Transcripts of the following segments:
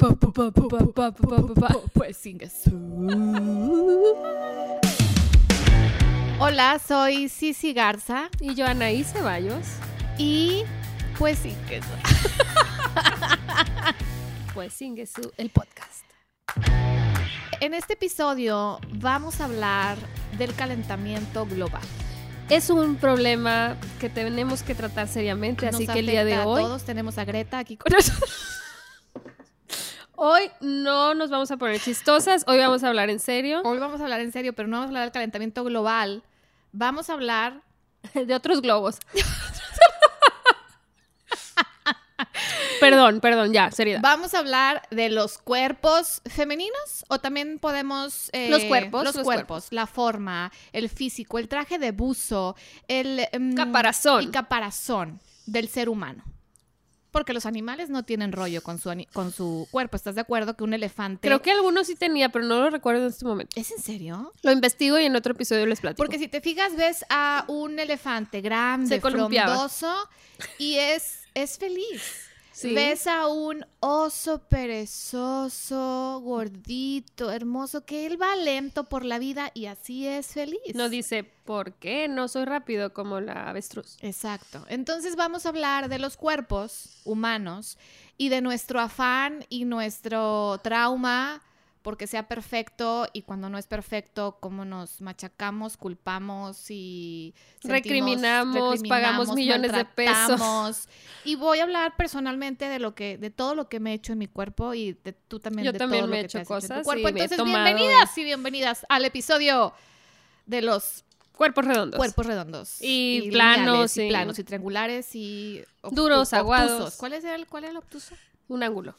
Pues hola, soy Cici Garza. Y yo, Anaí Ceballos. Y pues Ingesu. Pues Ingesu, el podcast. En este episodio vamos a hablar del calentamiento global. Es un problema que tenemos que tratar seriamente, así que el día de hoy... Todos tenemos a Greta aquí con nosotros. Hoy no nos vamos a poner chistosas, hoy vamos a hablar en serio. Hoy vamos a hablar en serio, pero no vamos a hablar del calentamiento global. Vamos a hablar... de otros globos. Perdón, ya, seriedad. Vamos a hablar de los cuerpos femeninos o también podemos... Los cuerpos. La forma, el físico, el traje de buzo, el... caparazón del ser humano. Porque los animales no tienen rollo con su cuerpo. ¿Estás de acuerdo que un elefante... Creo que algunos sí tenía, pero no lo recuerdo en este momento. ¿Es en serio? Lo investigo y en otro episodio les platico. Porque si te fijas, ves a un elefante grande, frondoso, y es feliz. Sí. Ves a un oso perezoso, gordito, hermoso, que él va lento por la vida y así es feliz. No dice, ¿por qué no soy rápido como la avestruz? Exacto. Entonces vamos a hablar de los cuerpos humanos y de nuestro afán y nuestro trauma porque sea perfecto, y cuando no es perfecto, cómo nos machacamos, culpamos y recriminamos, pagamos millones de pesos. Y voy a hablar personalmente de todo lo que me he hecho en mi cuerpo y tú también. Yo de también todo me lo he que hecho cosas. En tu cuerpo. Entonces, bienvenidas y bienvenidas al episodio de los cuerpos redondos. Y planos. Y planos y triangulares y... duros, aguados. ¿Cuál es el obtuso? Un ángulo.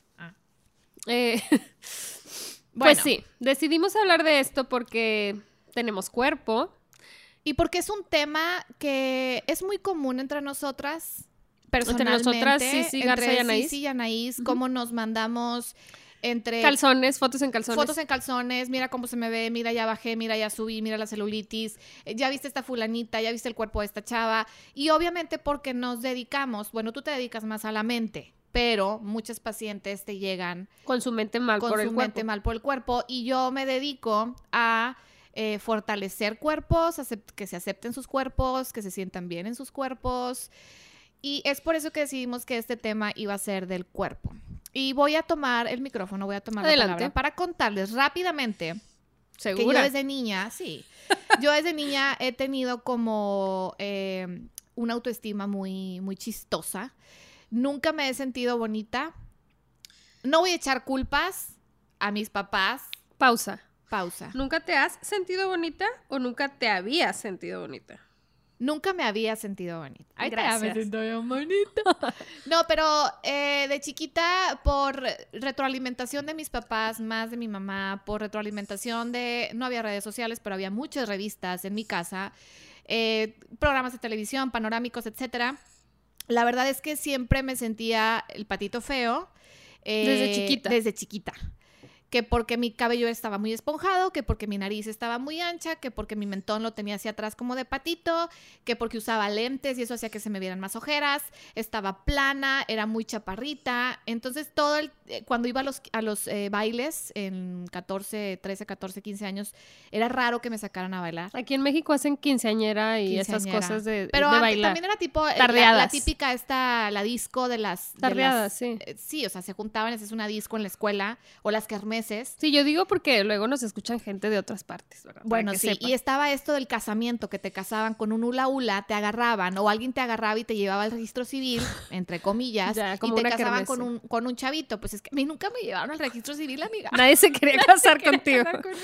Bueno. Pues sí, decidimos hablar de esto porque tenemos cuerpo. Y porque es un tema que es muy común entre nosotras, personalmente. Entre nosotras, Cici, Garza y Anaís. Cici y Anaís, cómo nos mandamos entre... calzones, fotos en calzones. Fotos en calzones, mira cómo se me ve, mira ya bajé, mira ya subí, mira la celulitis, ya viste esta fulanita, ya viste el cuerpo de esta chava. Y obviamente porque nos dedicamos, bueno, tú te dedicas más a la mente, pero muchas pacientes te llegan con su mente mal por el cuerpo. Y yo me dedico a fortalecer cuerpos, que se acepten sus cuerpos, que se sientan bien en sus cuerpos. Y es por eso que decidimos que este tema iba a ser del cuerpo. Y voy a tomar el micrófono, voy a tomar la palabra para contarles rápidamente. ¿Segura? Que yo desde niña, he tenido como una autoestima muy, muy chistosa. Nunca me he sentido bonita. No voy a echar culpas a mis papás. Pausa. ¿Nunca te has sentido bonita o nunca te habías sentido bonita? Nunca me había sentido bonita. Ay, gracias. Me siento bien bonita. No, pero de chiquita, por retroalimentación de mis papás, más de mi mamá, por retroalimentación no había redes sociales, pero había muchas revistas en mi casa, programas de televisión, panorámicos, etcétera. La verdad es que siempre me sentía el patito feo. Desde chiquita. Que porque mi cabello estaba muy esponjado, que porque mi nariz estaba muy ancha, que porque mi mentón lo tenía hacia atrás como de patito, que porque usaba lentes y eso hacía que se me vieran más ojeras, estaba plana, era muy chaparrita. Entonces cuando iba a los bailes en 13, 14, 15 años, era raro que me sacaran a bailar. Aquí en México hacen quinceañera y esas cosas de bailar. También era tipo la típica la disco de las... Tardeadas, sí. Sí, o sea, se juntaban, esa es una disco en la escuela, o las kermeses. Sí, yo digo porque luego nos escuchan gente de otras partes, ¿verdad? Bueno, sí, y estaba esto del casamiento, que te casaban con un hula, te agarraban, o alguien te agarraba y te llevaba al registro civil, entre comillas, ya, y te casaban con un chavito. Pues es que a mí nunca me llevaron al registro civil, amiga. Nadie se quería casar contigo.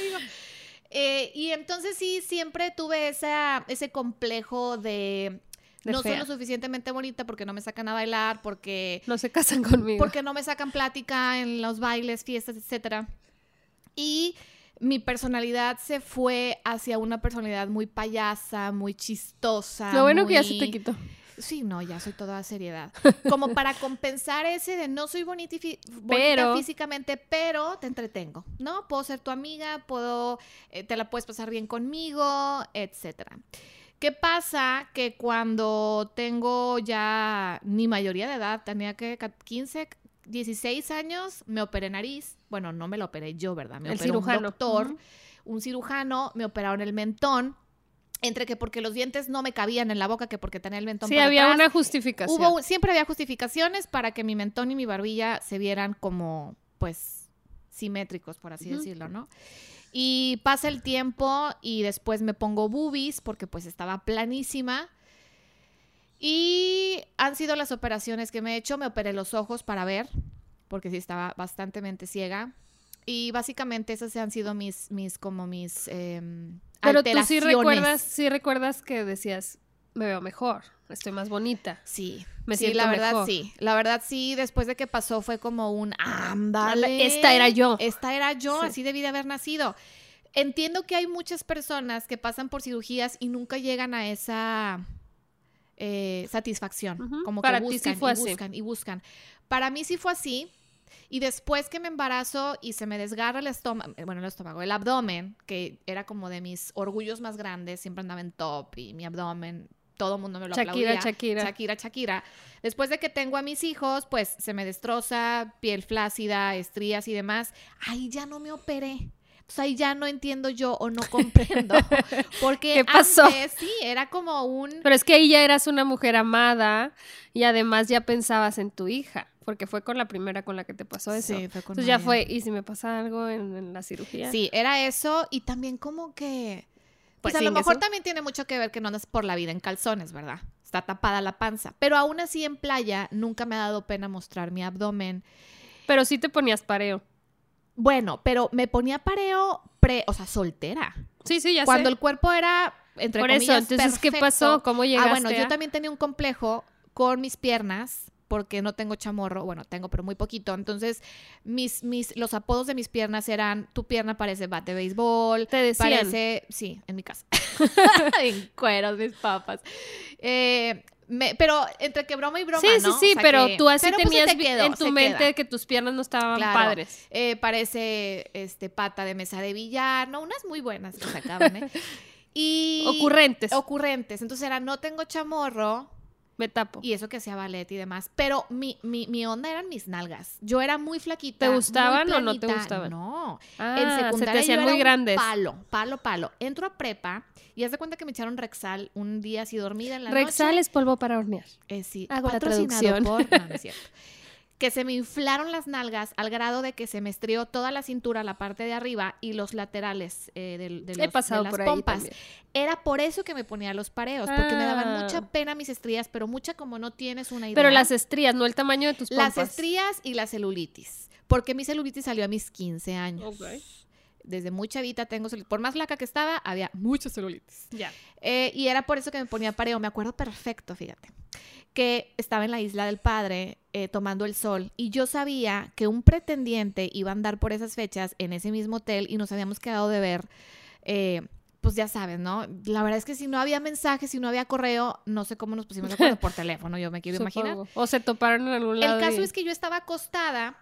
Y entonces sí, siempre tuve ese complejo de no soy lo suficientemente bonita porque no me sacan a bailar, porque... no se casan conmigo. Porque no me sacan plática en los bailes, fiestas, etcétera. Y mi personalidad se fue hacia una personalidad muy payasa, muy chistosa. Lo bueno que ya se te quitó. Sí, no, ya soy toda seriedad. Como para compensar ese de no soy bonita físicamente, pero te entretengo, ¿no? Puedo ser tu amiga, te la puedes pasar bien conmigo, etcétera. ¿Qué pasa? Que cuando tengo ya mi mayoría de edad, tenía que 15, 16 años me operé nariz. Bueno, no me lo operé yo, ¿verdad? Me El operó cirujano. un doctor, un cirujano, me operaron el mentón. Entre que porque los dientes no me cabían en la boca, que porque tenía el mentón Sí, para había atrás. una justificación. Siempre había justificaciones para que mi mentón y mi barbilla se vieran como, pues, simétricos, por así decirlo, ¿no? Y pasa el tiempo y después me pongo boobies porque pues estaba planísima. Y han sido las operaciones que me he hecho. Me operé los ojos para ver, porque sí estaba bastante ciega. Y básicamente esas han sido mis Pero alteraciones. tú sí recuerdas que decías, me veo mejor, estoy más bonita. Sí, Me sí, siento la verdad mejor. sí. La verdad sí, después de que pasó fue como un ándale. Esta era yo. Esta era yo, Sí. así debí de haber nacido. Entiendo que hay muchas personas que pasan por cirugías y nunca llegan a esa satisfacción. Ujú. Como Para que ti sí buscan fue y así. buscan y buscan. Para mí sí fue así. Y después que me embarazo y se me desgarra el abdomen, que era como de mis orgullos más grandes, siempre andaba en top y mi abdomen, todo el mundo me lo aplaudía. Shakira. Después de que tengo a mis hijos, pues se me destroza, piel flácida, estrías y demás. Ahí ya no me operé. Entonces ahí ya no entiendo yo o no comprendo. Porque ¿Qué pasó? antes sí, era como un... Pero es que ahí ya eras una mujer amada y además ya pensabas en tu hija, porque fue con la primera con la que te pasó eso. Sí, fue con Entonces ya Maya. fue, ¿y si me pasa algo en la cirugía? Sí, era eso y también como que... Pues Pues a lo chingue mejor su- también tiene mucho que ver que no andas por la vida en calzones, ¿verdad? Está tapada la panza. Pero aún así en playa nunca me ha dado pena mostrar mi abdomen. Pero sí te ponías pareo. Bueno, pero me ponía pareo o sea, soltera. Sí, ya Cuando sé. el cuerpo era, entre Por comillas, eso, entonces, ¿qué perfecto. pasó? ¿Cómo llegaste Bueno, yo a- también tenía un complejo con mis piernas porque no tengo chamorro, bueno, tengo, pero muy poquito. Entonces, los apodos de mis piernas eran, tu pierna parece bat de béisbol. Te decían. Parece, sí, en mi casa. En cueros, mis papas. Pero entre que broma y broma, Sí, ¿no? sí, O sea pero que- tú así pero, pues, se tenías te quedó, en tu se mente queda. que tus piernas no estaban Claro. padres. Parece pata de mesa de billar, no, unas muy buenas que sacaban, ¿eh? Y ocurrentes. Entonces era, no tengo chamorro, Me tapo. y eso que hacía ballet y demás. Pero mi onda eran mis nalgas. Yo era muy flaquita. ¿Te gustaban muy o no te planita. gustaban? No. Ah, En se te secundaria hacían yo era muy grandes. Palo. Entro a prepa y haz de cuenta que me echaron Rexal un día así dormida en la Rexal noche. es polvo para hornear. Sí, Hago la patrocinado traducción. no es cierto. Que se me inflaron las nalgas al grado de que se me estrió toda la cintura, la parte de arriba y los laterales de He pasado las por ahí pompas. también. Era por eso que me ponía los pareos, porque me daban Ah. mucha pena mis estrías, pero mucha como no tienes una idea. Pero las estrías, no el tamaño de tus pompas. Las estrías y la celulitis. Porque mi celulitis salió a mis 15 años. Ok. Desde muy chavita tengo celulitis. Por más flaca que estaba, había mucha celulitis. Ya. Y era por eso que me ponía pareo. Me acuerdo perfecto, fíjate, que estaba en la Isla del Padre tomando el sol y yo sabía que un pretendiente iba a andar por esas fechas en ese mismo hotel y nos habíamos quedado de ver, pues ya sabes, ¿no? La verdad es que si no había mensajes, si no había correo, no sé cómo nos pusimos de acuerdo por teléfono, yo me quiero imaginar. Supongo. O se toparon en algún lado. El caso y- es que yo estaba acostada,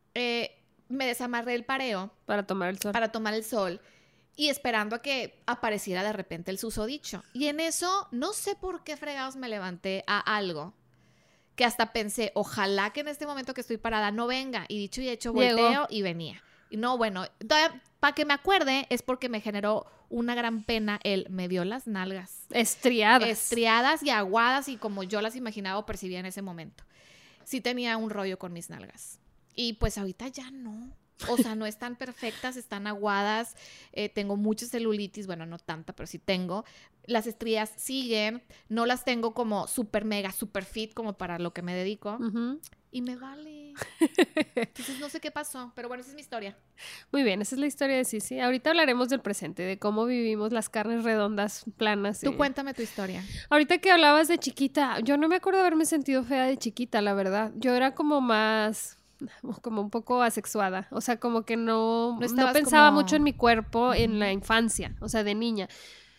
me desamarré el pareo Para tomar el sol. para tomar el sol y esperando a que apareciera de repente el susodicho. Y en eso, no sé por qué fregados me levanté a algo que hasta pensé, ojalá que en este momento que estoy parada no venga. Y dicho y hecho, Llegó. volteo y venía. Y no, bueno, para que me acuerde es porque me generó una gran pena. Él me vio las nalgas. Estriadas. Estriadas y aguadas y como yo las imaginaba o percibía en ese momento. Sí tenía un rollo con mis nalgas. Y pues ahorita ya no. O sea, no están perfectas, están aguadas. Tengo mucha celulitis, bueno, no tanta, pero sí tengo. Las estrías siguen. No las tengo como súper mega, súper fit como para lo que me dedico. Ujú. Y me vale. Entonces no sé qué pasó, pero bueno, esa es mi historia. Muy bien, esa es la historia de Sisi. Ahorita hablaremos del presente, de cómo vivimos las carnes redondas, planas. Tú cuéntame tu historia. Ahorita que hablabas de chiquita, yo no me acuerdo haberme sentido fea de chiquita, la verdad. Yo era como más, como un poco asexuada. O sea, como que no estabas pensaba como- mucho en mi cuerpo en la infancia, o sea, de niña.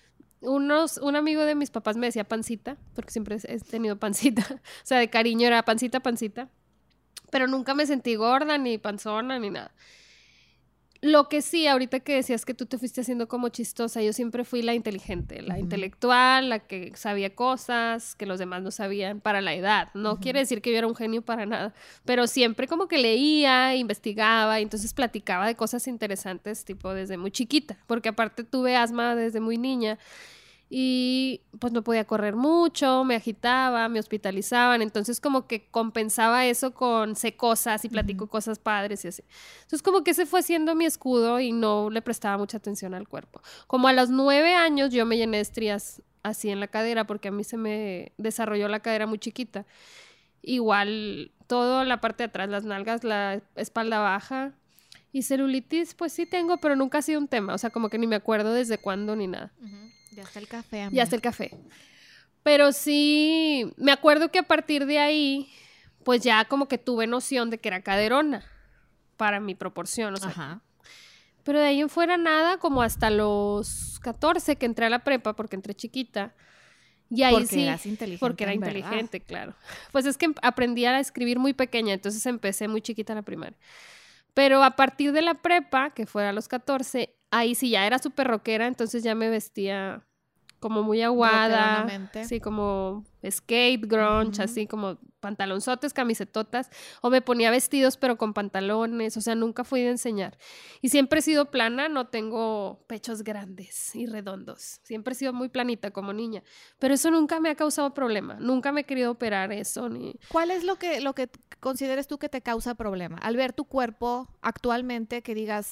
Un amigo de mis papás me decía pancita, porque siempre he tenido pancita. O sea, de cariño era pancita. Pero nunca me sentí gorda, ni panzona, ni nada. Lo que sí, ahorita que decías que tú te fuiste haciendo como chistosa, yo siempre fui la inteligente, la intelectual, la que sabía cosas que los demás no sabían para la edad. No quiere decir que yo era un genio para nada, pero siempre como que leía, investigaba, y entonces platicaba de cosas interesantes, tipo desde muy chiquita, porque aparte tuve asma desde muy niña. Y pues no podía correr mucho, me agitaba, me hospitalizaban, entonces como que compensaba eso con sé cosas y platico cosas padres y así. Entonces como que ese fue siendo mi escudo y no le prestaba mucha atención al cuerpo. Como a los 9 años yo me llené de estrías así en la cadera porque a mí se me desarrolló la cadera muy chiquita. Igual todo la parte de atrás, las nalgas, la espalda baja y celulitis pues sí tengo, pero nunca ha sido un tema, o sea como que ni me acuerdo desde cuándo ni nada. Ya está el café, amiga. Ya está el café. Pero sí, me acuerdo que a partir de ahí, pues ya como que tuve noción de que era caderona para mi proporción, o sea. Ajá. Pero de ahí en fuera nada, como hasta los 14 que entré a la prepa, porque entré chiquita. Y ahí porque sí, eras inteligente, porque era inteligente, claro. Pues es que aprendí a escribir muy pequeña, entonces empecé muy chiquita en la primaria. Pero a partir de la prepa, que fue a los 14, ahí sí ya era súper rockera, entonces ya me vestía como muy aguada, así como skate, grunge, así como pantalonzotes, camisetotas, o me ponía vestidos pero con pantalones, o sea, nunca fui de enseñar. Y siempre he sido plana, no tengo pechos grandes y redondos, siempre he sido muy planita como niña, pero eso nunca me ha causado problema, nunca me he querido operar eso, ni... ¿Cuál es lo que consideres tú que te causa problema? Al ver tu cuerpo actualmente, que digas,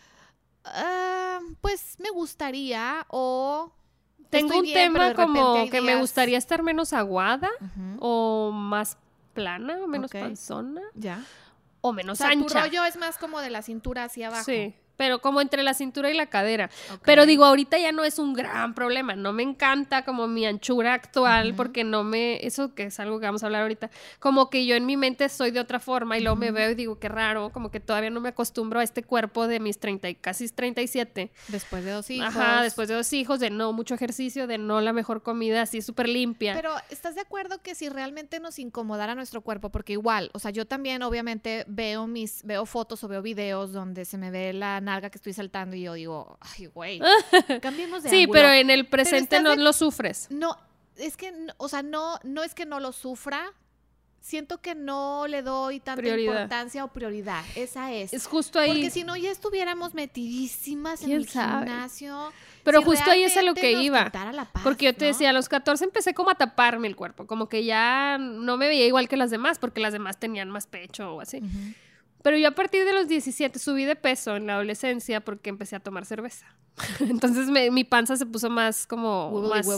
pues me gustaría o... Tengo un tema como que me gustaría estar menos aguada o más plana, o menos panzona. Ya. O menos ancha. Tu rollo es más como de la cintura hacia abajo. Sí, pero como entre la cintura y la cadera. Pero digo, ahorita ya no es un gran problema. No me encanta como mi anchura actual porque no me... Eso que es algo que vamos a hablar ahorita. Como que yo en mi mente soy de otra forma y luego me veo y digo, qué raro. Como que todavía no me acostumbro a este cuerpo de mis 30 y casi 37. Después de 2 hijos. Ajá, después de 2 hijos, de no mucho ejercicio, de no la mejor comida, así súper limpia. Pero, ¿estás de acuerdo que si realmente nos incomodara nuestro cuerpo? Porque igual, o sea, yo también obviamente veo fotos o veo videos donde se me ve la nalga que estoy saltando y yo digo, ay, güey, cambiemos de ángulo. Sí, pero en el presente no lo sufres. No, es que, o sea, no es que no lo sufra, siento que no le doy tanta importancia o prioridad. Esa es. Es justo ahí. Porque si no, ya estuviéramos metidísimas en el gimnasio. Pero justo ahí es a lo que iba. Porque yo te decía, a los 14 empecé como a taparme el cuerpo. Como que ya no me veía igual que las demás, porque las demás tenían más pecho o así. Pero yo a partir de los 17 subí de peso en la adolescencia porque empecé a tomar cerveza. Entonces mi panza se puso más como...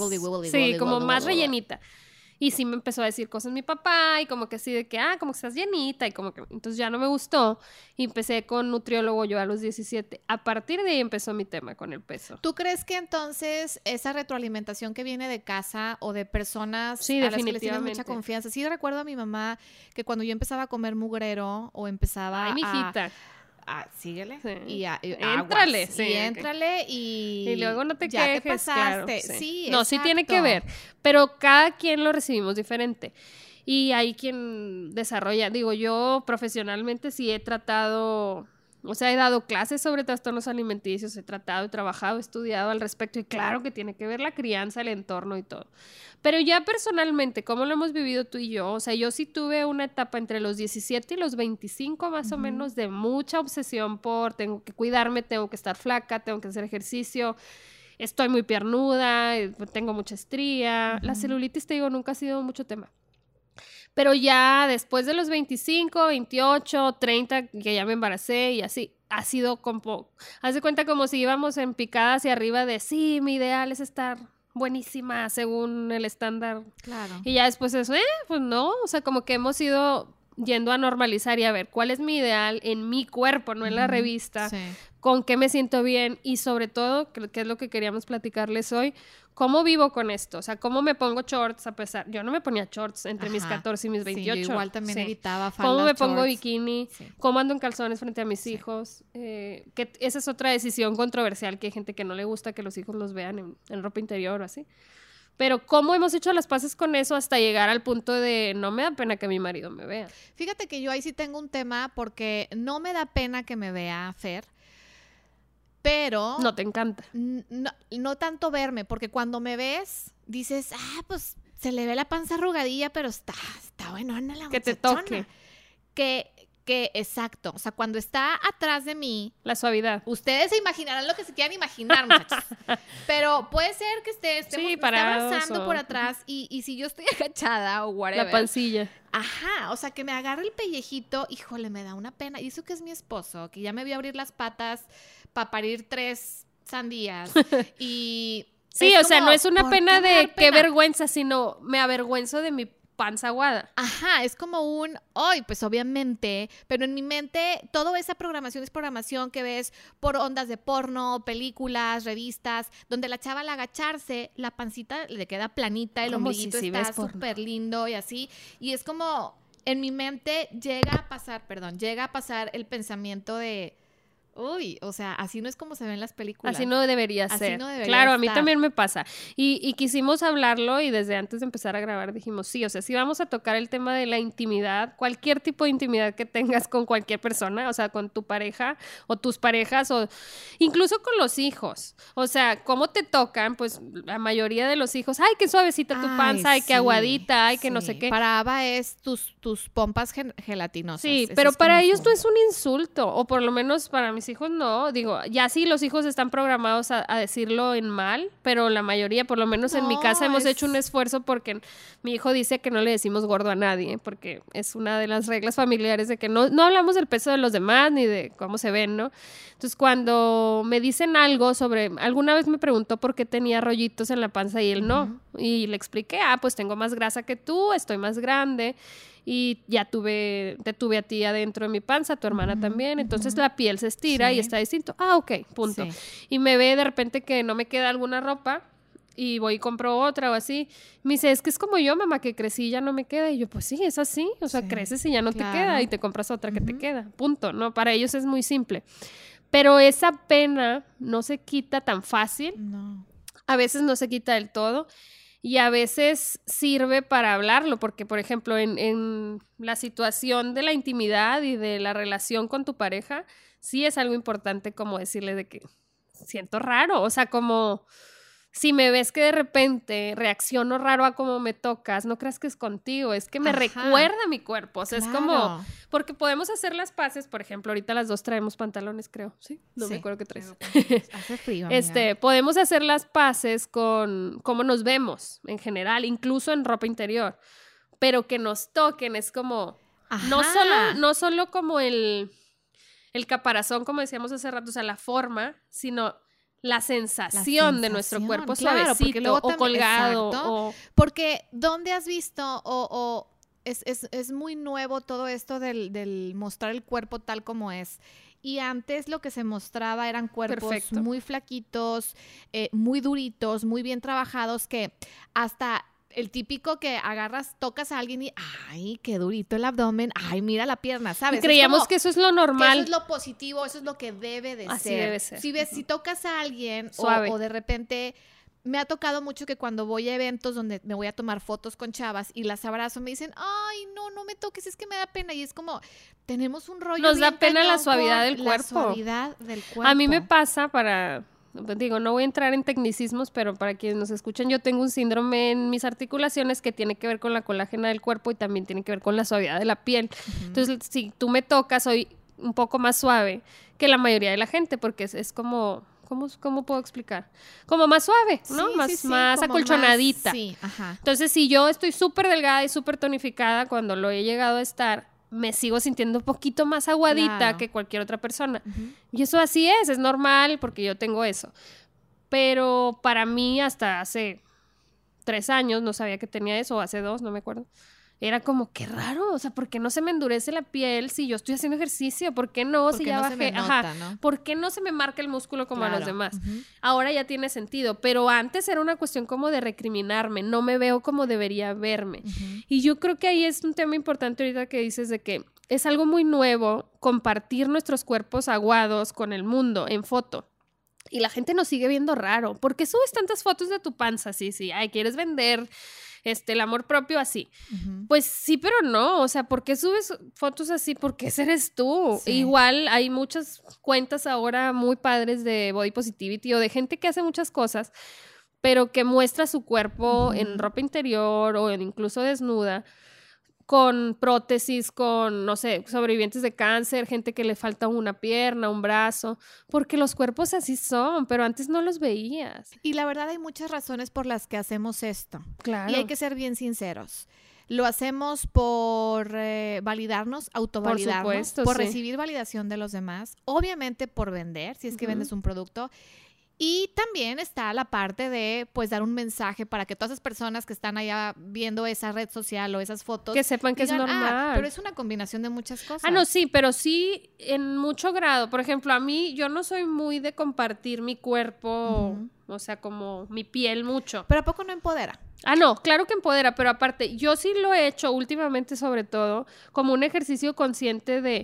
más rellenita. Y sí me empezó a decir cosas mi papá y como que así de que, como que estás llenita y como que... Entonces ya no me gustó y empecé con nutriólogo yo a los 17. A partir de ahí empezó mi tema con el peso. ¿Tú crees que entonces esa retroalimentación que viene de casa o de personas sí, a las que les tienes mucha confianza? Sí, recuerdo a mi mamá que cuando yo empezaba a comer mugrero o empezaba Ay, mijita. Síguele. Sí. Y éntrale. Sí, éntrale y luego no te ya quejes. Te pasaste. Claro, sí, no, sí tiene que ver. Pero cada quien lo recibimos diferente. Y hay quien desarrolla, digo, yo profesionalmente sí he tratado, o sea, he dado clases sobre trastornos alimenticios, he tratado, he trabajado, he estudiado al respecto y claro que tiene que ver la crianza, el entorno y todo. Pero ya personalmente, ¿cómo lo hemos vivido tú y yo? O sea, yo sí tuve una etapa entre los 17 y los 25 más o menos de mucha obsesión por tengo que cuidarme, tengo que estar flaca, tengo que hacer ejercicio, estoy muy piernuda, tengo mucha estría. La celulitis, te digo, nunca ha sido mucho tema. Pero ya después de los 25, 28, 30, que ya me embaracé y así, ha sido como, haz de cuenta como si íbamos en picada hacia arriba de sí, mi ideal es estar buenísima según el estándar. Claro. Y ya después eso, pues no, o sea, como que hemos ido yendo a normalizar y a ver cuál es mi ideal en mi cuerpo, no en la revista, con qué me siento bien y sobre todo, que es lo que queríamos platicarles hoy, cómo vivo con esto, o sea, cómo me pongo shorts a pesar, yo no me ponía shorts entre mis 14 y mis 28. Sí, yo igual también evitaba faldas, cómo me shorts. pongo bikini, cómo ando en calzones frente a mis hijos, que esa es otra decisión controversial, que hay gente que no le gusta que los hijos los vean en ropa interior o así. Pero cómo hemos hecho las paces con eso hasta llegar al punto de no me da pena que mi marido me vea. Fíjate que yo ahí sí tengo un tema porque no me da pena que me vea Fer, pero... No te encanta. No tanto verme, porque cuando me ves, dices, pues se le ve la panza arrugadilla, pero está buenona la muchachona. Que te toque. Que exacto, o sea, cuando está atrás de mí... La suavidad. Ustedes se imaginarán lo que se quieran imaginar, muchachos. Pero puede ser que estemos abrazando por atrás y si yo estoy agachada o whatever. La pancilla. Ajá, o sea, que me agarre el pellejito, híjole, me da una pena. Y eso que es mi esposo, que ya me vio abrir las patas para parir 3 sandías. Y... Sí, o sea, no es una pena de qué vergüenza, sino me avergüenzo de mi panza aguada. Ajá, es como pues obviamente, pero en mi mente toda esa programación es programación que ves por ondas de porno, películas, revistas, donde la chava al agacharse, la pancita le queda planita, el ombliguito está súper lindo y así, y es como, en mi mente llega a pasar el pensamiento de... Uy, o sea, así no es como se ven las películas. Así no debería ser. No debería claro, estar. A mí también me pasa. Y quisimos hablarlo y desde antes de empezar a grabar dijimos, sí, o sea, sí vamos a tocar el tema de la intimidad, cualquier tipo de intimidad que tengas con cualquier persona, o sea, con tu pareja o tus parejas o incluso con los hijos. O sea, cómo te tocan, pues la mayoría de los hijos, ay, qué suavecita tu panza, ay, qué aguadita, ay, que no sé qué. Para Ava es tus pompas gelatinosas. Sí, pero para ellos no es un insulto, o por lo menos para mis hijos no, digo, ya sí los hijos están programados a decirlo en mal, pero la mayoría, por lo menos en mi casa hemos hecho un esfuerzo porque mi hijo dice que no le decimos gordo a nadie, porque es una de las reglas familiares de que no hablamos del peso de los demás ni de cómo se ven, ¿no? Entonces cuando me dicen algo alguna vez me preguntó por qué tenía rollitos en la panza y él no, y le expliqué, pues tengo más grasa que tú, estoy más grande y ya te tuve a ti adentro de mi panza, tu hermana también, entonces la piel se estira y está distinto. Ok, punto. Sí. Y me ve de repente que no me queda alguna ropa y voy y compro otra o así. Me dice, es que es como yo, mamá, que crecí y ya no me queda. Y yo, pues sí, es así. O sea, creces y ya no te queda y te compras otra que te queda. Punto, ¿no? Para ellos es muy simple. Pero esa pena no se quita tan fácil. No. A veces no se quita del todo. Y a veces sirve para hablarlo, porque, por ejemplo, en la situación de la intimidad y de la relación con tu pareja, sí es algo importante como decirle de que siento raro, o sea, como si me ves que de repente reacciono raro a cómo me tocas, no creas que es contigo, es que me recuerda mi cuerpo, o sea, es como, porque podemos hacer las paces, por ejemplo, ahorita las dos traemos pantalones, creo, ¿sí? No me acuerdo qué traes. Hace frío, podemos hacer las paces con cómo nos vemos en general, incluso en ropa interior, pero que nos toquen, es como, no solo como el caparazón, como decíamos hace rato, o sea, la forma, sino la sensación de nuestro cuerpo suavecito o colgado. Porque ¿dónde has visto es muy nuevo todo esto del mostrar el cuerpo tal como es? Y antes lo que se mostraba eran cuerpos muy flaquitos, muy duritos, muy bien trabajados, que hasta... El típico que tocas a alguien y ¡ay, qué durito el abdomen! ¡Ay, mira la pierna! ¿Sabes? Y creíamos que eso es lo normal. Que eso es lo positivo, eso es lo que debe de Así ser. debe ser. Si tocas a alguien suave o de repente... Me ha tocado mucho que cuando voy a eventos donde me voy a tomar fotos con chavas y las abrazo, me dicen, ¡ay, no me toques! Es que me da pena. Y es como, tenemos un rollo Nos da pena la suavidad del cuerpo. La suavidad del cuerpo. A mí me pasa no voy a entrar en tecnicismos, pero para quienes nos escuchan, yo tengo un síndrome en mis articulaciones que tiene que ver con la colágena del cuerpo y también tiene que ver con la suavidad de la piel. Entonces, si tú me tocas, soy un poco más suave que la mayoría de la gente, porque es como... ¿Cómo puedo explicar? Como más suave, ¿no? Más acolchonadita. Entonces, si yo estoy súper delgada y súper tonificada, cuando lo he llegado a estar, me sigo sintiendo un poquito más aguadita que cualquier otra persona. Y eso así es normal porque yo tengo eso. Pero para mí hasta hace 3 años no sabía que tenía eso, o hace 2, no me acuerdo. Era como, qué raro, o sea, ¿por qué no se me endurece la piel si yo estoy haciendo ejercicio? ¿Por qué no? Si ya bajé, se me nota, ¿no? ¿Por qué no se me marca el músculo como a los demás? Ahora ya tiene sentido, pero antes era una cuestión como de recriminarme, no me veo como debería verme. Y yo creo que ahí es un tema importante ahorita que dices de que es algo muy nuevo compartir nuestros cuerpos aguados con el mundo en foto. Y la gente nos sigue viendo raro. ¿Por qué subes tantas fotos de tu panza? Sí, ay, quieres vender el amor propio así. Ujú. Pues sí, pero no, o sea, ¿por qué subes fotos así? Porque ese eres tú. Sí. Igual hay muchas cuentas ahora muy padres de body positivity o de gente que hace muchas cosas, pero que muestra su cuerpo en ropa interior o incluso desnuda, con prótesis, con, no sé, sobrevivientes de cáncer, gente que le falta una pierna, un brazo, porque los cuerpos así son, pero antes no los veías. Y la verdad hay muchas razones por las que hacemos esto. Claro. Y hay que ser bien sinceros. Lo hacemos por validarnos, autovalidarnos, supuesto, por sí. recibir validación de los demás, obviamente por vender, si es que Ujú. vendes un producto. Y también está la parte de, pues, dar un mensaje para que todas esas personas que están allá viendo esa red social o esas fotos Que sepan que digan, es normal. pero es una combinación de muchas cosas. Ah, no, sí, pero sí en mucho grado. Por ejemplo, a mí, yo no soy muy de compartir mi cuerpo, o sea, como mi piel mucho. Pero ¿a poco no empodera? Ah, no, claro que empodera, pero aparte, yo sí lo he hecho últimamente, sobre todo, como un ejercicio consciente de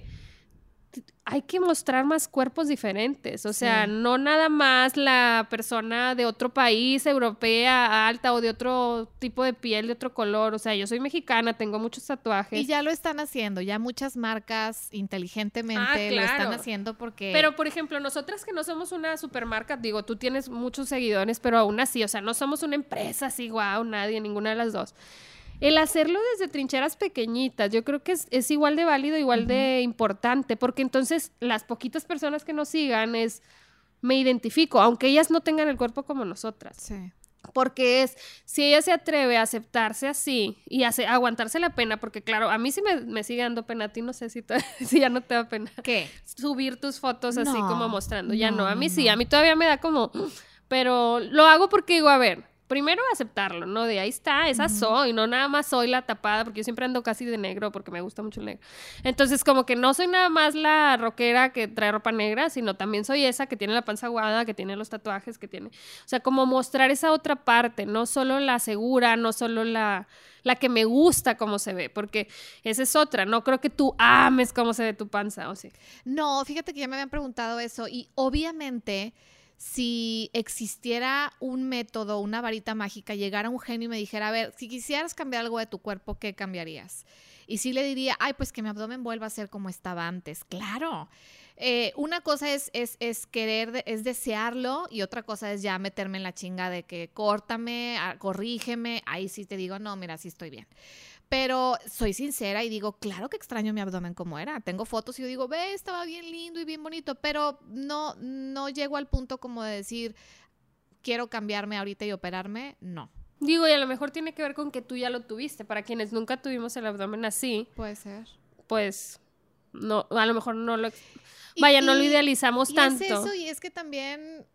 hay que mostrar más cuerpos diferentes, o sea, Sí. no nada más la persona de otro país, europea, alta o de otro tipo de piel, de otro color, o sea, yo soy mexicana, tengo muchos tatuajes. Y ya lo están haciendo, ya muchas marcas inteligentemente lo están claro. haciendo porque... Pero, por ejemplo, nosotras que no somos una supermarca, digo, tú tienes muchos seguidores, pero aún así, o sea, no somos una empresa así, guau, nadie, ninguna de las dos. El hacerlo desde trincheras pequeñitas, yo creo que es igual de válido, igual de importante, porque entonces las poquitas personas que nos sigan me identifico, aunque ellas no tengan el cuerpo como nosotras. Sí. Porque si ella se atreve a aceptarse así y aguantarse la pena, porque claro, a mí sí me sigue dando pena, a ti no sé si ya no te da pena. ¿Qué? Subir tus fotos así No, como mostrando, ya no, no, a mí no, sí, no. a mí todavía me da como, pero lo hago porque digo, a ver, primero aceptarlo, ¿no? De ahí está, esa soy, no nada más soy la tapada, porque yo siempre ando casi de negro porque me gusta mucho el negro. Entonces, como que no soy nada más la rockera que trae ropa negra, sino también soy esa que tiene la panza aguada, que tiene los tatuajes, que tiene... O sea, como mostrar esa otra parte, no solo la segura, no solo la que me gusta cómo se ve, porque esa es otra, no creo que tú ames cómo se ve tu panza, ¿o sí? No, fíjate que ya me habían preguntado eso y obviamente si existiera un método, una varita mágica, llegara un genio y me dijera, a ver, si quisieras cambiar algo de tu cuerpo, ¿qué cambiarías? Y sí le diría, ay, pues que mi abdomen vuelva a ser como estaba antes. Claro. Una cosa es querer, es desearlo y otra cosa es ya meterme en la chinga de que córtame, corrígeme. Ahí sí te digo, no, mira, sí estoy bien. Pero soy sincera y digo, claro que extraño mi abdomen como era. Tengo fotos y yo digo, ve, estaba bien lindo y bien bonito, pero no llego al punto como de decir, quiero cambiarme ahorita y operarme. No. Digo, y a lo mejor tiene que ver con que tú ya lo tuviste. Para quienes nunca tuvimos el abdomen así, Puede ser. pues no, a lo mejor no lo... Vaya, no lo idealizamos tanto. Es eso, y es que también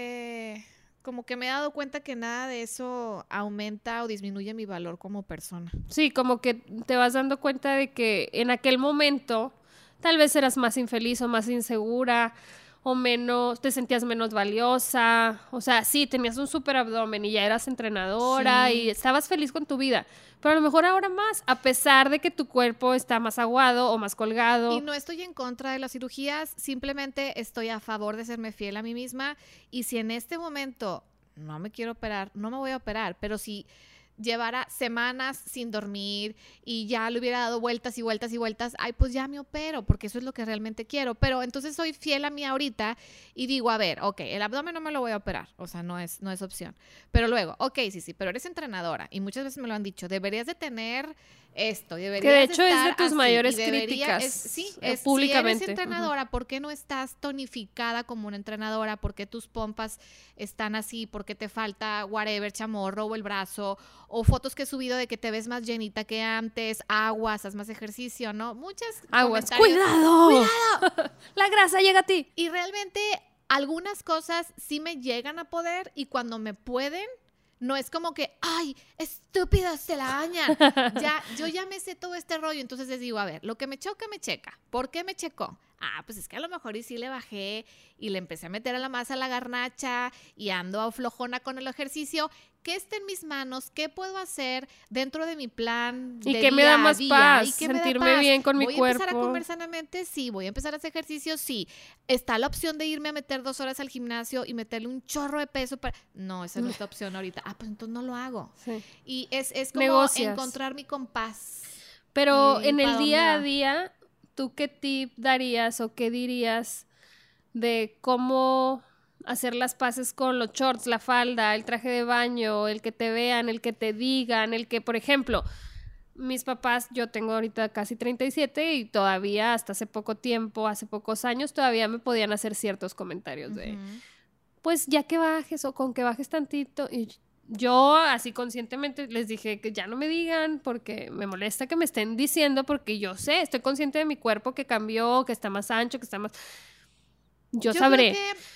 como que me he dado cuenta que nada de eso aumenta o disminuye mi valor como persona. Sí, como que te vas dando cuenta de que en aquel momento tal vez eras más infeliz o más insegura o menos, te sentías menos valiosa. O sea, sí, tenías un súper abdomen y ya eras entrenadora y estabas feliz con tu vida. Pero a lo mejor ahora más, a pesar de que tu cuerpo está más aguado o más colgado. Y no estoy en contra de las cirugías, simplemente estoy a favor de serme fiel a mí misma. Y si en este momento no me quiero operar, no me voy a operar. Pero si llevara semanas sin dormir y ya le hubiera dado vueltas y vueltas y vueltas, ay, pues ya me opero, porque eso es lo que realmente quiero. Pero entonces soy fiel a mí ahorita y digo, a ver, ok, el abdomen no me lo voy a operar, o sea, no es opción. Pero luego, ok, sí, pero eres entrenadora y muchas veces me lo han dicho, deberías de tener esto, deberías que de hecho de es de estar tus así, mayores y debería, críticas públicamente. Si eres entrenadora, ¿por qué no estás tonificada como una entrenadora? ¿Por qué tus pompas están así? ¿Por qué te falta whatever, chamorro o el brazo? O fotos que he subido de que te ves más llenita que antes, aguas, haz más ejercicio, ¿no? Muchas Aguas, comentarios. ¡cuidado! La grasa llega a ti. Y realmente algunas cosas sí me llegan a poder y cuando me pueden, no es como que, ay, estúpidos, se la dañan. Yo ya me sé todo este rollo, entonces les digo, a ver, lo que me choca, me checa. ¿Por qué me checó? Pues es que a lo mejor y sí le bajé y le empecé a meter a la masa a la garnacha y ando flojona con el ejercicio. ¿Qué está en mis manos? ¿Qué puedo hacer dentro de mi plan de ¿Y qué día me da a más día? paz? ¿Y qué me da Sentirme paz? bien con mi cuerpo. ¿Voy a empezar a comer sanamente? Sí. ¿Voy a empezar a hacer ejercicio? Sí. ¿Está la opción de irme a meter 2 horas al gimnasio y meterle un chorro de peso para...? No, esa no es la opción ahorita. Pues entonces no lo hago. Sí. Y es como Negocias. encontrar mi compás. Pero ¿Y en para el dónde día a va? día, ¿tú qué tip darías o qué dirías de cómo hacer las paces con los shorts, la falda, el traje de baño, el que te vean, el que te digan, el que, por ejemplo, mis papás, yo tengo ahorita casi 37 y todavía hasta hace poco tiempo, hace pocos años, todavía me podían hacer ciertos comentarios de, Ujú. pues ya que bajes o con que bajes tantito. Y yo así conscientemente les dije que ya no me digan porque me molesta que me estén diciendo porque yo sé, estoy consciente de mi cuerpo que cambió, que está más ancho, que está más... Yo sabré. Creo que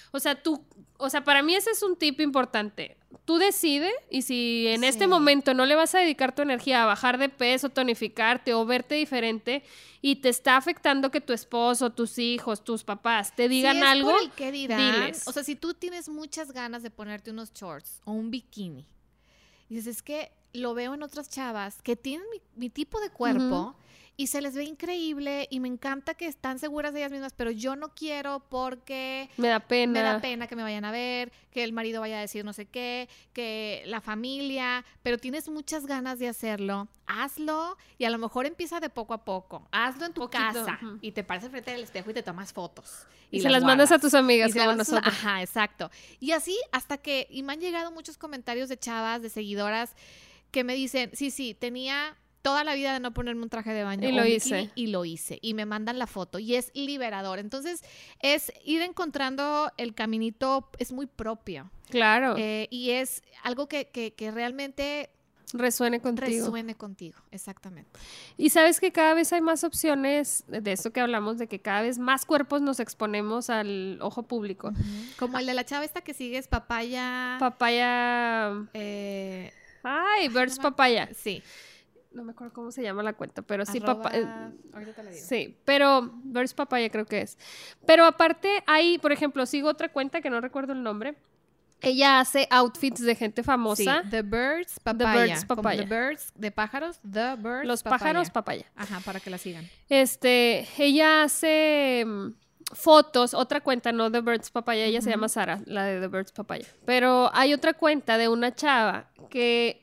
O sea, para mí ese es un tip importante. Tú decides y si en este Sí. momento no le vas a dedicar tu energía a bajar de peso, tonificarte o verte diferente y te está afectando que tu esposo, tus hijos, tus papás te digan si es algo, por el qué dirán, diles. o sea, si tú tienes muchas ganas de ponerte unos shorts o un bikini, y dices, es que lo veo en otras chavas que tienen mi tipo de cuerpo y se les ve increíble y me encanta que están seguras de ellas mismas, pero yo no quiero porque Me da pena. me da pena que me vayan a ver, que el marido vaya a decir no sé qué, que la familia, pero tienes muchas ganas de hacerlo, hazlo y a lo mejor empieza de poco a poco. Hazlo en tu Poquito, casa ujú. y te paras frente del espejo y te tomas fotos. Y se las mandas a tus amigas Y se las como mandas nosotros. Ajá, exacto. Y así hasta que, y me han llegado muchos comentarios de chavas, de seguidoras, que me dicen, sí, tenía toda la vida de no ponerme un traje de baño Y o lo un hice. bikini, y lo hice. Y me mandan la foto y es liberador. Entonces, es ir encontrando el caminito, es muy propio. Claro, Y es algo que realmente resuene contigo. resuene contigo. Exactamente. Y sabes que cada vez hay más opciones de esto que hablamos, de que cada vez más cuerpos nos exponemos al ojo público. Como el de la chava esta que sigues, papaya. Papaya... eh, Birds no me- Papaya. sí. No me acuerdo cómo se llama la cuenta, pero sí, Ahorita te la digo. sí, pero Birds Papaya creo que es. Pero aparte hay, por ejemplo, sigo otra cuenta que no recuerdo el nombre. Ella hace outfits de gente famosa. Sí, The Birds Papaya. Birds Como Papaya. The Birds de pájaros, The Birds Los Papaya. pájaros papaya. Ajá, para que la sigan. Ella hace fotos, otra cuenta, no The Birds Papaya, ella se llama Sara, la de The Birds Papaya. Pero hay otra cuenta de una chava que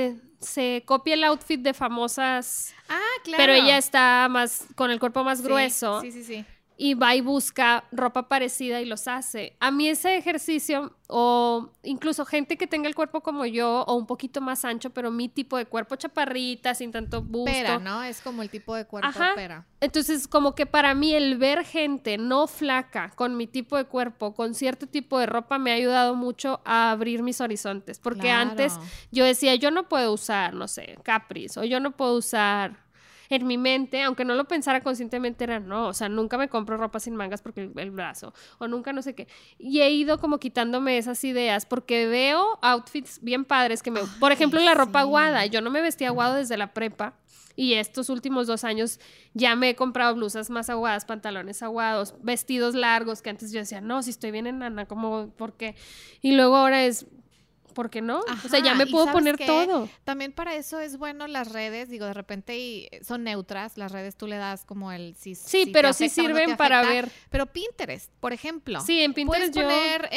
se copia el outfit de famosas, Claro. pero ella está más con el cuerpo más Sí, grueso. Sí. Y va y busca ropa parecida y los hace. A mí ese ejercicio, o incluso gente que tenga el cuerpo como yo, o un poquito más ancho, pero mi tipo de cuerpo chaparrita, sin tanto busto. Pera, ¿no? Es como el tipo de cuerpo Ajá. pera. Entonces, como que para mí el ver gente no flaca con mi tipo de cuerpo, con cierto tipo de ropa, me ha ayudado mucho a abrir mis horizontes. Porque Claro. antes yo decía, yo no puedo usar, no sé, capris, o yo no puedo usar... En mi mente, aunque no lo pensara conscientemente, era no, o sea, nunca me compro ropa sin mangas porque el brazo, o nunca no sé qué. Y he ido como quitándome esas ideas porque veo outfits bien padres que me... Por ejemplo, la ropa sí. aguada. Yo no me vestía aguado desde la prepa. Y estos últimos 2 años ya me he comprado blusas más aguadas, pantalones aguados, vestidos largos, que antes yo decía, no, si estoy bien enana, como, ¿por qué? Y luego ahora es... ¿Por qué no? O sea, ya Ajá, me ¿y puedo sabes poner qué? todo. También para eso es bueno las redes, digo, de repente son neutras, las redes tú le das como el Sí, te pero sí afecta o no te sirven para afecta. ver. Pero Pinterest, por ejemplo. Sí, en Pinterest Puedes yo... poner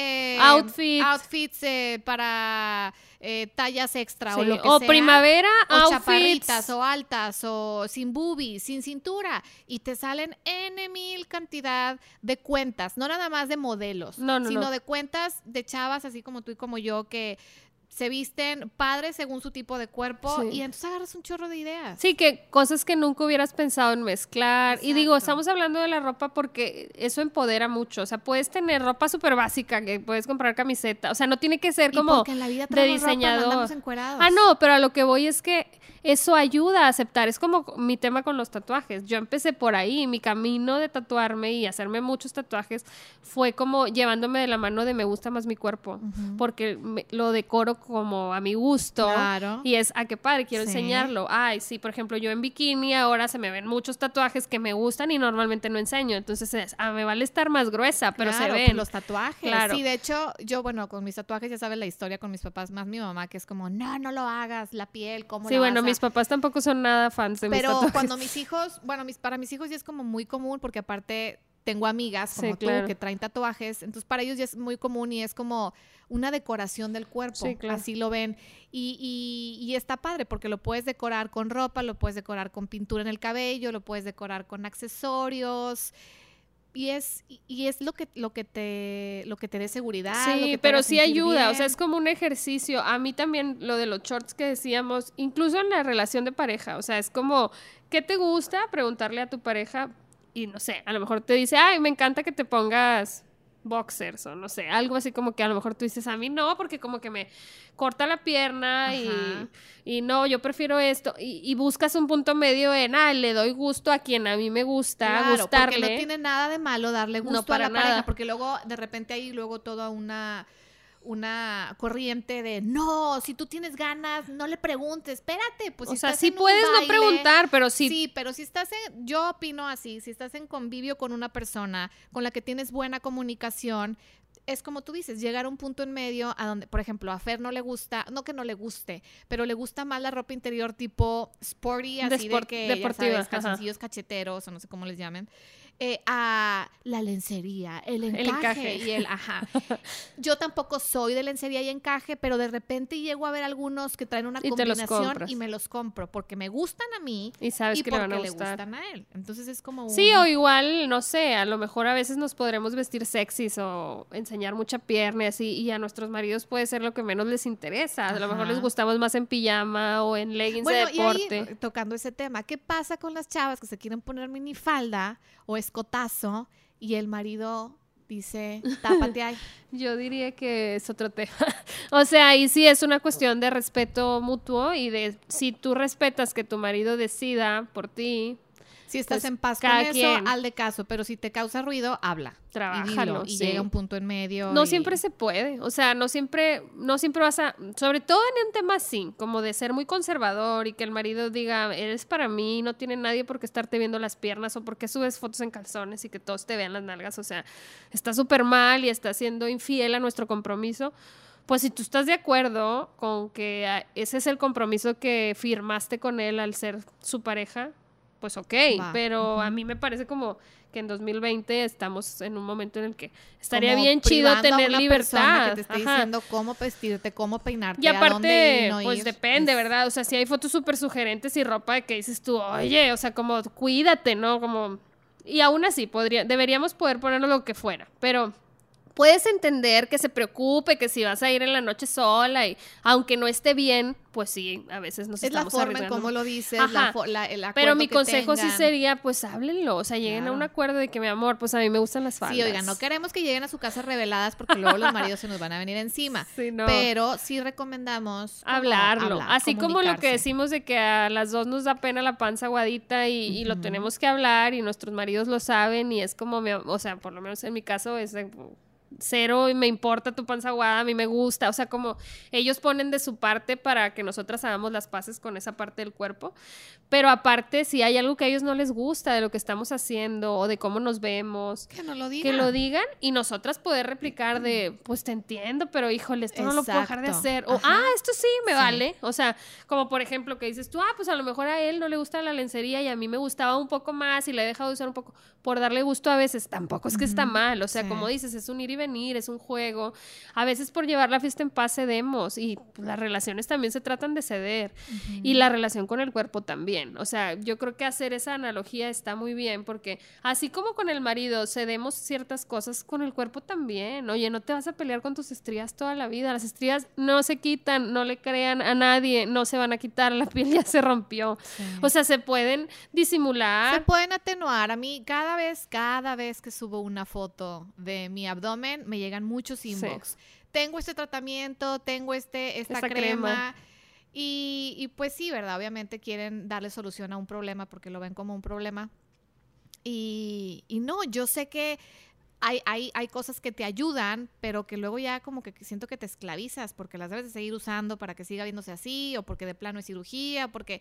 outfits para tallas extra o Sí, lo que o sea. primavera, O outfits. chaparritas, o altas, o sin boobies, sin cintura. Y te salen N mil cantidad de cuentas, no nada más de modelos, No, sino no. de cuentas de chavas, así como tú y como yo, que se visten padres según su tipo de cuerpo Sí. y entonces agarras un chorro de ideas. Sí, que cosas que nunca hubieras pensado en mezclar. Y digo, Exacto. estamos hablando de la ropa porque eso empodera mucho. O sea, puedes tener ropa súper básica, que puedes comprar camiseta. O sea, no tiene que ser Y como porque en la vida de traemos ropa, no diseñador. andamos encuerados. No, pero a lo que voy es que eso ayuda a aceptar. Es como mi tema con los tatuajes. Yo empecé por ahí, mi camino de tatuarme y hacerme muchos tatuajes fue como llevándome de la mano de me gusta más mi cuerpo, porque lo decoro como a mi gusto. Claro. Y es, qué padre, quiero enseñarlo. Ay, sí, por ejemplo, yo en bikini ahora se me ven muchos tatuajes que me gustan y normalmente no enseño. Entonces es, me vale estar más gruesa, pero claro, se ven. Los tatuajes. Claro. Sí, de hecho, yo, bueno, con mis tatuajes ya sabes la historia con mis papás, más mi mamá, que es como, no lo hagas, la piel, ¿cómo sí, la bueno, vas a...? mis papás tampoco son nada fans de mis tatuajes. Pero cuando mis hijos, bueno, para mis hijos ya es como muy común, porque aparte tengo amigas como tú que traen tatuajes, entonces para ellos ya es muy común y es como una decoración del cuerpo, sí, claro. Así lo ven. Y está padre porque lo puedes decorar con ropa, lo puedes decorar con pintura en el cabello, lo puedes decorar con accesorios. Y es lo que te dé seguridad. Sí, pero sí ayuda, o sea, es como un ejercicio. A mí también lo de los shorts que decíamos, incluso en la relación de pareja, o sea, es como, ¿qué te gusta? Preguntarle a tu pareja y no sé, a lo mejor te dice, ay, me encanta que te pongas boxers o no sé, algo así como que a lo mejor tú dices, a mí no, porque como que me corta la pierna y no, yo prefiero esto y buscas un punto medio en, le doy gusto a quien a mí me gusta, claro, gustarle. Porque no tiene nada de malo darle gusto a la nada. pareja, porque luego de repente hay luego toda una corriente de no, si tú tienes ganas, no le preguntes, espérate, pues o si sea, estás sí en puedes un baile, no preguntar, pero sí. Sí, pero si estás yo opino así, si estás en convivio con una persona con la que tienes buena comunicación, es como tú dices, llegar a un punto en medio a donde, por ejemplo, a Fer no le gusta, no que no le guste, pero le gusta más la ropa interior tipo sporty, así de que, deportiva, ya sabes, calzoncillos cacheteros o no sé cómo les llamen, a la lencería, el encaje y el Yo tampoco soy de lencería y encaje, pero de repente llego a ver algunos que traen una combinación y me los compro porque me gustan a mí y sabes que porque le gustan a él. Entonces es como sí, o igual, no sé, a lo mejor a veces nos podremos vestir sexys o enseñar mucha pierna y así, y a nuestros maridos puede ser lo que menos les interesa. A lo mejor les gustamos más en pijama o en leggings de deporte. Y ahí, tocando ese tema, ¿qué pasa con las chavas que se quieren poner minifalda o escotazo y el marido dice, tápate ahí? Yo diría que es otro tema. O sea, ahí sí es una cuestión de respeto mutuo y de si tú respetas que tu marido decida por ti. Si estás en paz con eso, hazle caso, pero si te causa ruido, habla. Trabájalo. Y llega un punto en medio. No siempre se puede, o sea, no siempre vas a, sobre todo en un tema así, como de ser muy conservador y que el marido diga, eres para mí, no tiene nadie por qué estarte viendo las piernas o por qué subes fotos en calzones y que todos te vean las nalgas, o sea, está súper mal y está siendo infiel a nuestro compromiso. Pues si tú estás de acuerdo con que ese es el compromiso que firmaste con él al ser su pareja, pues ok, pero a mí me parece como que en 2020 estamos en un momento en el que estaría como bien chido tener libertad. Que te esté diciendo cómo vestirte, cómo peinarte, y aparte, a dónde ir, no pues ir. depende, ¿verdad? O sea, si hay fotos súper sugerentes y ropa de que dices tú, oye, o sea, como cuídate, ¿no? Como... Y aún así, deberíamos poder ponerlo lo que fuera, pero... Puedes entender que se preocupe, que si vas a ir en la noche sola y aunque no esté bien, pues sí, a veces nos estamos arriesgando. Es la forma en cómo lo dices, el acuerdo pero mi que consejo tengan. Sí sería, pues háblenlo, o sea, lleguen a un acuerdo de que, mi amor, pues a mí me gustan las faldas. Sí, oigan, no queremos que lleguen a su casa reveladas porque luego los maridos se nos van a venir encima. Sí, no. Pero sí recomendamos hablarlo. Así como lo que decimos de que a las dos nos da pena la panza aguadita y lo tenemos que hablar y nuestros maridos lo saben y es como, o sea, por lo menos en mi caso es de... cero y me importa tu panza aguada, a mí me gusta, o sea, como ellos ponen de su parte para que nosotras hagamos las paces con esa parte del cuerpo, pero aparte si hay algo que a ellos no les gusta de lo que estamos haciendo o de cómo nos vemos, que no lo digan, que lo digan y nosotras poder replicar de, pues te entiendo, pero híjole, esto no lo puedo dejar de hacer, o esto sí me vale, o sea, como por ejemplo que dices tú, pues a lo mejor a él no le gusta la lencería y a mí me gustaba un poco más y le he dejado de usar un poco, por darle gusto a veces, tampoco es que está mal, o sea, como dices, es un ir y venir, es un juego. A veces por llevar la fiesta en paz cedemos y pues, las relaciones también se tratan de ceder y la relación con el cuerpo también. O sea, yo creo que hacer esa analogía está muy bien porque así como con el marido cedemos ciertas cosas, con el cuerpo también. Oye, no te vas a pelear con tus estrías toda la vida. Las estrías no se quitan, no le crean a nadie, no se van a quitar, la piel ya se rompió. Sí. O sea, se pueden disimular. Se pueden atenuar. A mí cada vez que subo una foto de mi abdomen me llegan muchos inbox. Sí. Tengo este tratamiento, tengo esta crema. Y pues sí, ¿verdad? Obviamente quieren darle solución a un problema porque lo ven como un problema. Y no, yo sé que hay cosas que te ayudan, pero que luego ya como que siento que te esclavizas porque las debes de seguir usando para que siga viéndose así, o porque de plano es cirugía, porque...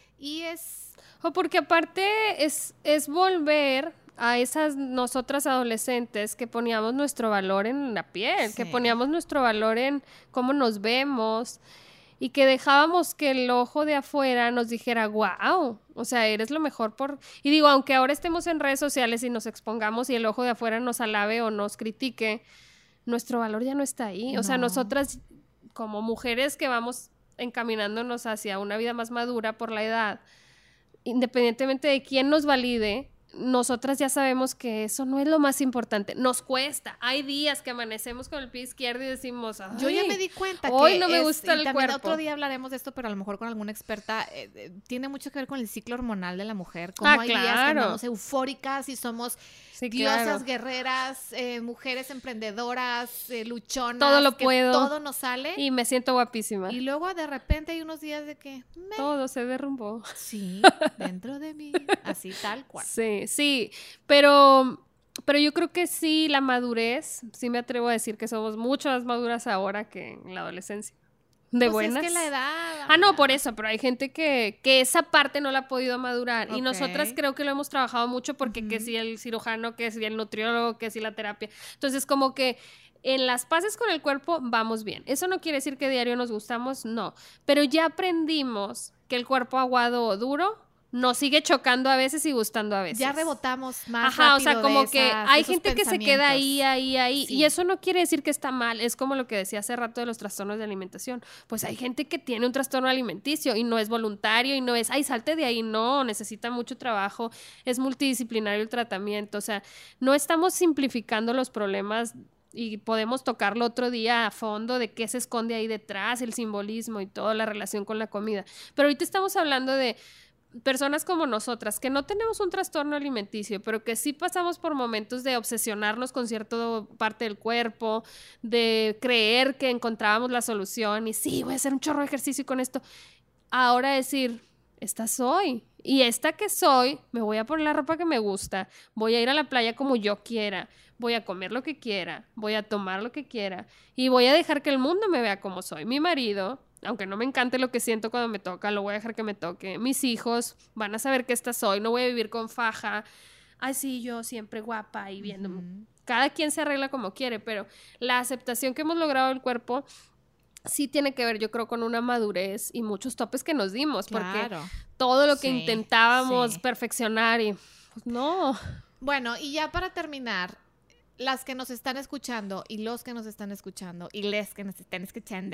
Y es... O porque aparte es volver a esas nosotras adolescentes que poníamos nuestro valor en la piel, Sí. que poníamos nuestro valor en cómo nos vemos y que dejábamos que el ojo de afuera nos dijera, wow, o sea, eres lo mejor por... Y digo, aunque ahora estemos en redes sociales y nos expongamos y el ojo de afuera nos alabe o nos critique, nuestro valor ya no está ahí. O sea, No. nosotras como mujeres que vamos encaminándonos hacia una vida más madura por la edad, independientemente de quién nos valide, nosotras ya sabemos que eso no es lo más importante. Nos cuesta. Hay días que amanecemos con el pie izquierdo y decimos, ay, yo ya me di cuenta hoy que no me gusta el también cuerpo. otro día hablaremos de esto, pero a lo mejor con alguna experta. Tiene mucho que ver con el ciclo hormonal de la mujer. Como hay días que andamos eufóricas y somos diosas, guerreras, mujeres emprendedoras, luchonas. Todo lo puedo. Todo nos sale. Y me siento guapísima. Y luego de repente hay unos días de que... todo se derrumbó. Sí, dentro de mí. Así tal cual. Sí. Pero yo creo que sí, la madurez, sí me atrevo a decir que somos mucho más maduras ahora que en la adolescencia. De pues buenas. Es que la edad... No, por eso, pero hay gente que esa parte no la ha podido madurar. Okay. Y nosotras creo que lo hemos trabajado mucho porque que si el cirujano, que si el nutriólogo, que si la terapia. Entonces, como que en las paces con el cuerpo vamos bien. Eso no quiere decir que diario nos gustamos, no. Pero ya aprendimos que el cuerpo aguado o duro nos sigue chocando a veces y gustando a veces. Ya rebotamos más rápido. O sea, como que hay gente que se queda ahí. Sí. Y eso no quiere decir que está mal. Es como lo que decía hace rato de los trastornos de alimentación. Pues hay gente que tiene un trastorno alimenticio y no es voluntario y no es, ay, salte de ahí. No, necesita mucho trabajo. Es multidisciplinario el tratamiento. O sea, no estamos simplificando los problemas y podemos tocarlo otro día a fondo de qué se esconde ahí detrás, el simbolismo y toda la relación con la comida. Pero ahorita estamos hablando de personas como nosotras, que no tenemos un trastorno alimenticio, pero que sí pasamos por momentos de obsesionarnos con cierta parte del cuerpo, de creer que encontrábamos la solución y sí, voy a hacer un chorro de ejercicio con esto. Ahora decir, esta soy. Y esta que soy, me voy a poner la ropa que me gusta, voy a ir a la playa como yo quiera, voy a comer lo que quiera, voy a tomar lo que quiera y voy a dejar que el mundo me vea como soy. Mi marido, aunque no me encante lo que siento cuando me toca, lo voy a dejar que me toque. Mis hijos van a saber que esta soy, no voy a vivir con faja. Ay, sí, yo siempre guapa y viéndome. Uh-huh. Cada quien se arregla como quiere, pero la aceptación que hemos logrado del cuerpo sí tiene que ver, yo creo, con una madurez y muchos topes que nos dimos, porque todo lo que intentábamos perfeccionar y pues no. Bueno, y ya para terminar, las que nos están escuchando y los que nos están escuchando y les que nos están escuchando,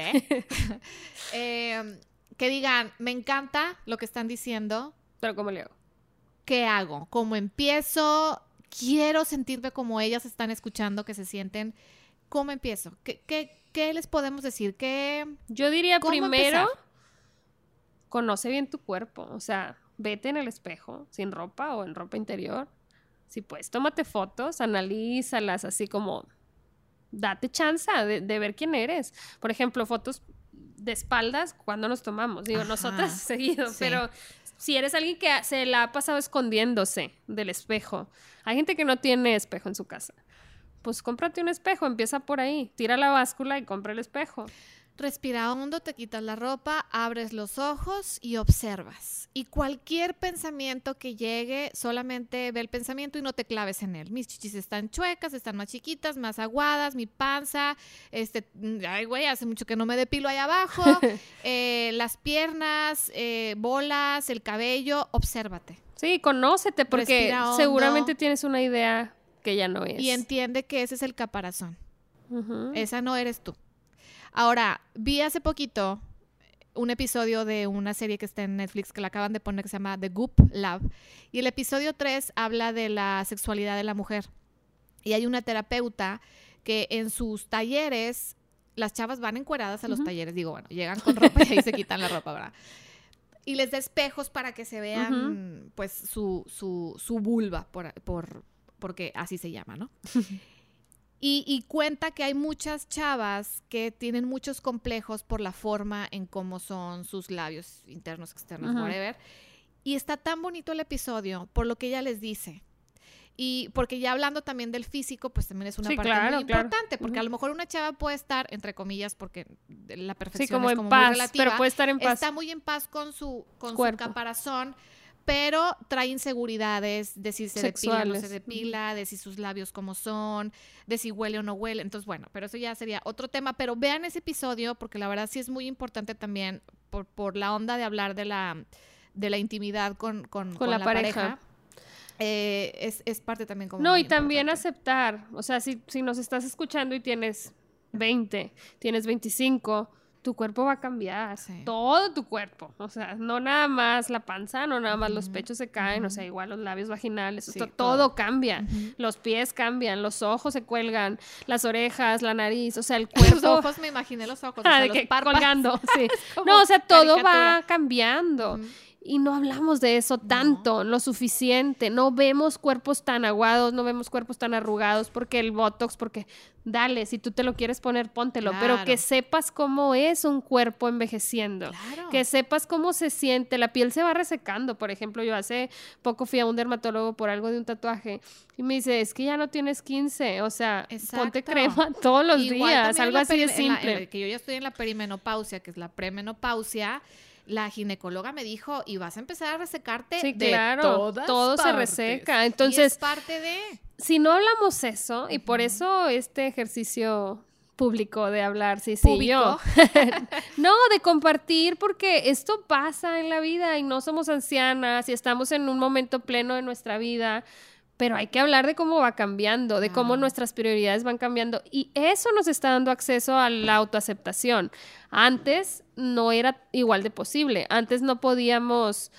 que digan, me encanta lo que están diciendo. Pero ¿cómo le hago? ¿Qué hago? ¿Cómo empiezo? Quiero sentirme como ellas están escuchando, que se sienten. ¿Cómo empiezo? ¿Qué les podemos decir? Yo diría primero, conoce bien tu cuerpo. O sea, vete en el espejo, sin ropa o en ropa interior. Si puedes, tómate fotos, analízalas, así como date chance de ver quién eres. Por ejemplo, fotos de espaldas, ¿cuándo nos tomamos? Digo, nosotras seguido, pero si eres alguien que se la ha pasado escondiéndose del espejo, hay gente que no tiene espejo en su casa, pues cómprate un espejo, empieza por ahí, tira la báscula y compra el espejo. Respira hondo, te quitas la ropa, abres los ojos y observas. Y cualquier pensamiento que llegue, solamente ve el pensamiento y no te claves en él. Mis chichis están chuecas, están más chiquitas, más aguadas, mi panza, ay güey, hace mucho que no me depilo ahí abajo, las piernas, bolas, el cabello, obsérvate. Sí, conócete, porque seguramente tienes una idea que ya no es. Y entiende que ese es el caparazón. Uh-huh. Esa no eres tú. Ahora, vi hace poquito un episodio de una serie que está en Netflix que la acaban de poner que se llama The Goop Lab. Y el episodio 3 habla de la sexualidad de la mujer. Y hay una terapeuta que en sus talleres, las chavas van encueradas a los talleres. Digo, bueno, llegan con ropa y ahí se quitan la ropa, ¿verdad? Y les da espejos para que se vean, pues, su vulva, porque así se llama, ¿no? Y cuenta que hay muchas chavas que tienen muchos complejos por la forma en cómo son sus labios internos, externos, whatever. Y está tan bonito el episodio por lo que ella les dice. Y porque ya hablando también del físico, pues también es una parte muy importante. Porque a lo mejor una chava puede estar, entre comillas, porque la perfección es como en paz, muy relativa. pero puede estar en paz. Está muy en paz con su caparazón, pero trae inseguridades de si se depila o no se depila, de si sus labios cómo son, de si huele o no huele. Entonces, bueno, pero eso ya sería otro tema. Pero vean ese episodio porque la verdad sí es muy importante también por la onda de hablar de la intimidad con la pareja. Es parte también como no, y también aceptar, o sea, si nos estás escuchando y tienes 20, tienes 25, tu cuerpo va a cambiar, todo tu cuerpo, o sea, no nada más la panza, no nada más los pechos se caen, o sea, igual los labios vaginales, todo cambia, los pies cambian, los ojos se cuelgan, las orejas, la nariz, o sea, el cuerpo. Los ojos, me imaginé los ojos, o sea, los párpados. Colgando, sí. No, o sea, todo va cambiando. Y no hablamos de eso tanto, lo suficiente. No vemos cuerpos tan aguados, no vemos cuerpos tan arrugados porque el Botox, porque dale, si tú te lo quieres poner, póntelo. Claro. Pero que sepas cómo es un cuerpo envejeciendo. Claro. Que sepas cómo se siente. La piel se va resecando. Por ejemplo, yo hace poco fui a un dermatólogo por algo de un tatuaje y me dice, es que ya no tienes 15. O sea, ponte crema todos los días. Algo así de simple. Que yo ya estoy en la perimenopausia, que es la premenopausia. La ginecóloga me dijo, y vas a empezar a resecarte todo se reseca. Entonces, y es parte de... Si no hablamos eso, y por eso este ejercicio público de hablar, yo. No, de compartir, porque esto pasa en la vida y no somos ancianas y estamos en un momento pleno de nuestra vida. Pero hay que hablar de cómo va cambiando, de cómo nuestras prioridades van cambiando. Y eso nos está dando acceso a la autoaceptación. Antes no era igual de posible. Antes no podíamos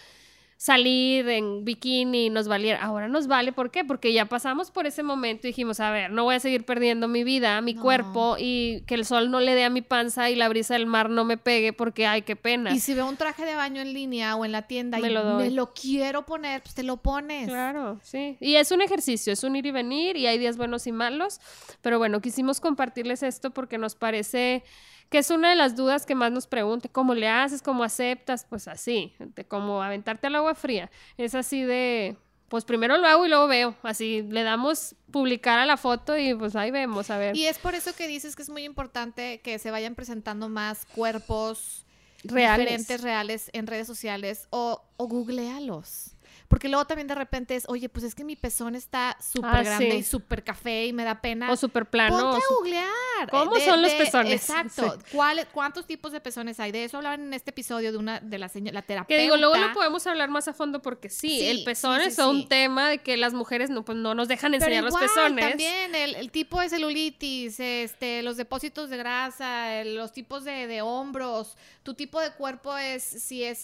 salir en bikini y nos valiera. Ahora nos vale, ¿por qué? Porque ya pasamos por ese momento y dijimos, a ver, no voy a seguir perdiendo mi vida, mi cuerpo, y que el sol no le dé a mi panza y la brisa del mar no me pegue porque, ay, qué pena. Y si veo un traje de baño en línea o en la tienda me lo quiero poner, pues te lo pones. Claro, sí. Y es un ejercicio, es un ir y venir y hay días buenos y malos, pero bueno, quisimos compartirles esto porque nos parece que es una de las dudas que más nos preguntan, ¿cómo le haces? ¿Cómo aceptas? Pues así, como aventarte al agua fría. Es así de, pues primero lo hago y luego veo. Así le damos publicar a la foto y pues ahí vemos, a ver. Y es por eso que dices que es muy importante que se vayan presentando más cuerpos diferentes, reales en redes sociales o googlealos. Porque luego también de repente es, oye, pues es que mi pezón está súper grande y súper café y me da pena. O súper plano. Ponte a googlear. ¿Cómo son los pezones? Exacto. Sí. ¿Cuántos tipos de pezones hay? De eso hablaban en este episodio de la terapeuta. Que digo, luego lo podemos hablar más a fondo porque el pezón es un tema de que las mujeres no nos dejan enseñar los pezones. También el tipo de celulitis, los depósitos de grasa, los tipos de hombros. Tu tipo de cuerpo es, si es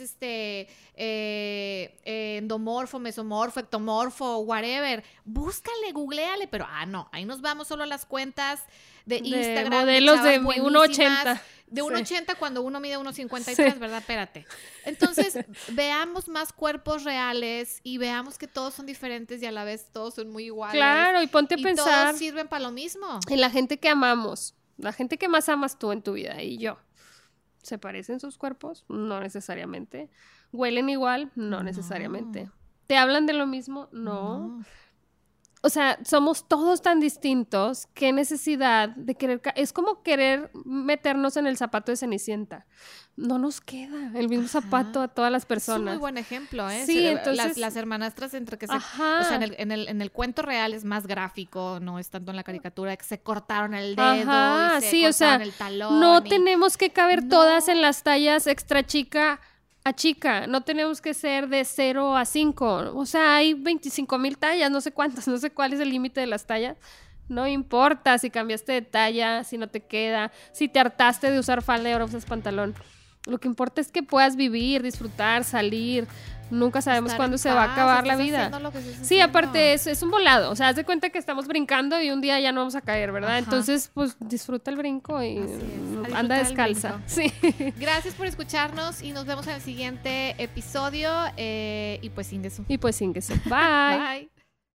endomorfo, mesomorfo, ectomorfo, whatever. Búscale, googleale, pero no, ahí nos vamos solo a las cuentas de Instagram. Modelos de 1.80. De 1.80 cuando uno mide 1.53, ¿verdad? Espérate. Entonces, veamos más cuerpos reales y veamos que todos son diferentes y a la vez todos son muy iguales. Claro, y ponte a pensar. Todos sirven para lo mismo. En la gente que amamos, la gente que más amas tú en tu vida y yo. ¿Se parecen sus cuerpos? No necesariamente. ¿Huelen igual? No necesariamente. ¿Te hablan de lo mismo? No. O sea, somos todos tan distintos. ¿Qué necesidad de querer? Es como querer meternos en el zapato de Cenicienta. No nos queda el mismo zapato a todas las personas. Es un muy buen ejemplo, ¿eh? Sí, entonces... Las hermanastras entre que se... O sea, en el cuento real es más gráfico, no es tanto en la caricatura, que se cortaron el dedo y se cortaron el talón. No tenemos que caber todas en las tallas extra chica a chica, no tenemos que ser de 0 a 5, o sea, hay 25,000 tallas, no sé cuántas, no sé cuál es el límite de las tallas, no importa si cambiaste de talla, si no te queda, si te hartaste de usar falda y ahora usas pantalón, lo que importa es que puedas vivir, disfrutar, salir, nunca sabemos cuándo se va a acabar la vida. Sí, aparte es un volado, o sea, haz de cuenta que estamos brincando y un día ya no vamos a caer, ¿verdad? Entonces, pues disfruta el brinco y anda descalza. Sí. Gracias por escucharnos y nos vemos en el siguiente episodio y pues ínguese. Bye. Bye.